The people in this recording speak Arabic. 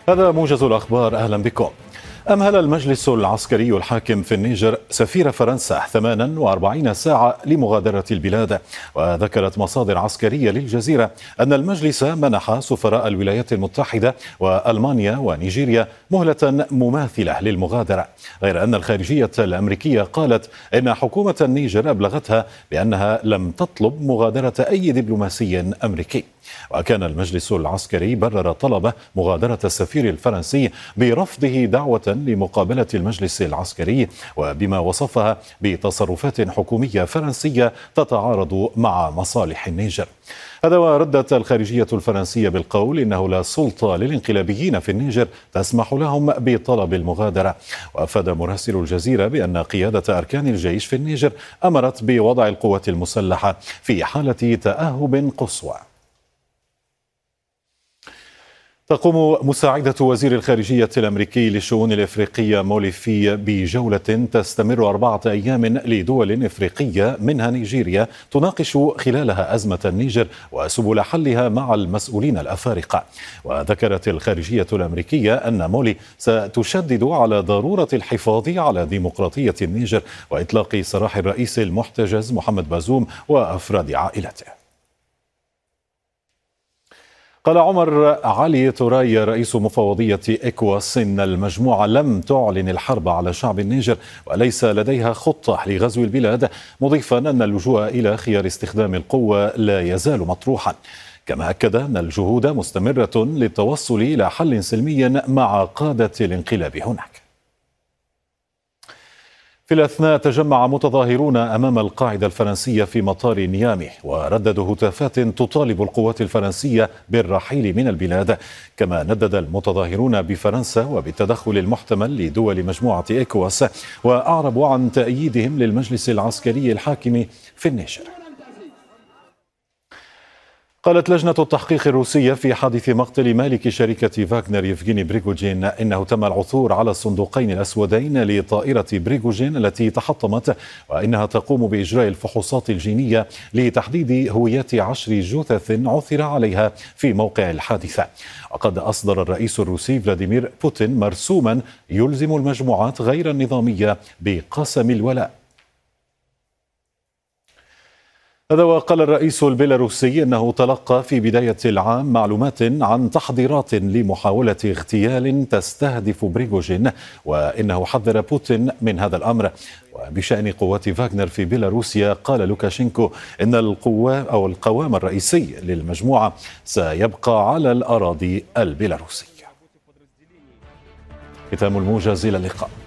هذا موجز الأخبار، أهلا بكم. أمهل المجلس العسكري الحاكم في النيجر سفير فرنسا 48 ساعة لمغادرة البلاد. وذكرت مصادر عسكرية للجزيرة أن المجلس منح سفراء الولايات المتحدة وألمانيا ونيجيريا مهلة مماثلة للمغادرة، غير أن الخارجية الأمريكية قالت إن حكومة النيجر أبلغتها بأنها لم تطلب مغادرة أي دبلوماسي أمريكي. وكان المجلس العسكري برر طلب مغادرة السفير الفرنسي برفضه دعوة لمقابلة المجلس العسكري، وبما وصفها بتصرفات حكومية فرنسية تتعارض مع مصالح النيجر. هذا وردت الخارجية الفرنسية بالقول إنه لا سلطة للانقلابيين في النيجر تسمح لهم بطلب المغادرة. وأفاد مراسل الجزيرة بأن قيادة أركان الجيش في النيجر أمرت بوضع القوات المسلحة في حالة تأهب قصوى. تقوم مساعدة وزير الخارجية الأمريكي للشؤون الإفريقية موليفي بجولة تستمر 4 أيام لدول إفريقية منها نيجيريا تناقش خلالها أزمة النيجر وسبل حلها مع المسؤولين الأفارقة. وذكرت الخارجية الأمريكية أن مولي ستشدد على ضرورة الحفاظ على ديمقراطية النيجر وإطلاق سراح الرئيس المحتجز محمد بازوم وأفراد عائلته. قال عمر علي توراي رئيس مفوضية إيكواس إن المجموعة لم تعلن الحرب على شعب النيجر وليس لديها خطة لغزو البلاد، مضيفا أن اللجوء إلى خيار استخدام القوة لا يزال مطروحا. كما أكد أن الجهود مستمرة للتوصل إلى حل سلمي مع قادة الانقلاب هناك. في الأثناء تجمع متظاهرون أمام القاعدة الفرنسية في مطار نيامي ورددوا هتافات تطالب القوات الفرنسية بالرحيل من البلاد. كما ندد المتظاهرون بفرنسا وبالتدخل المحتمل لدول مجموعة إيكواس، وأعربوا عن تأييدهم للمجلس العسكري الحاكم في النيجر. قالت لجنة التحقيق الروسية في حادث مقتل مالك شركة فاغنر يفغيني بريغوجين إنه تم العثور على الصندوقين الأسودين لطائرة بريغوجين التي تحطمت، وإنها تقوم بإجراء الفحوصات الجينية لتحديد هويات 10 جثث عثر عليها في موقع الحادثة. وقد أصدر الرئيس الروسي فلاديمير بوتين مرسوما يلزم المجموعات غير النظامية بقسم الولاء. هذا وقال الرئيس البيلاروسي أنه تلقى في بداية العام معلومات عن تحضيرات لمحاولة اغتيال تستهدف بريغوجين، وإنه حذر بوتين من هذا الأمر. وبشأن قوات فاغنر في بيلاروسيا قال لوكاشينكو إن القوام الرئيسي للمجموعة سيبقى على الأراضي البيلاروسية. ختام الموجز، إلى اللقاء.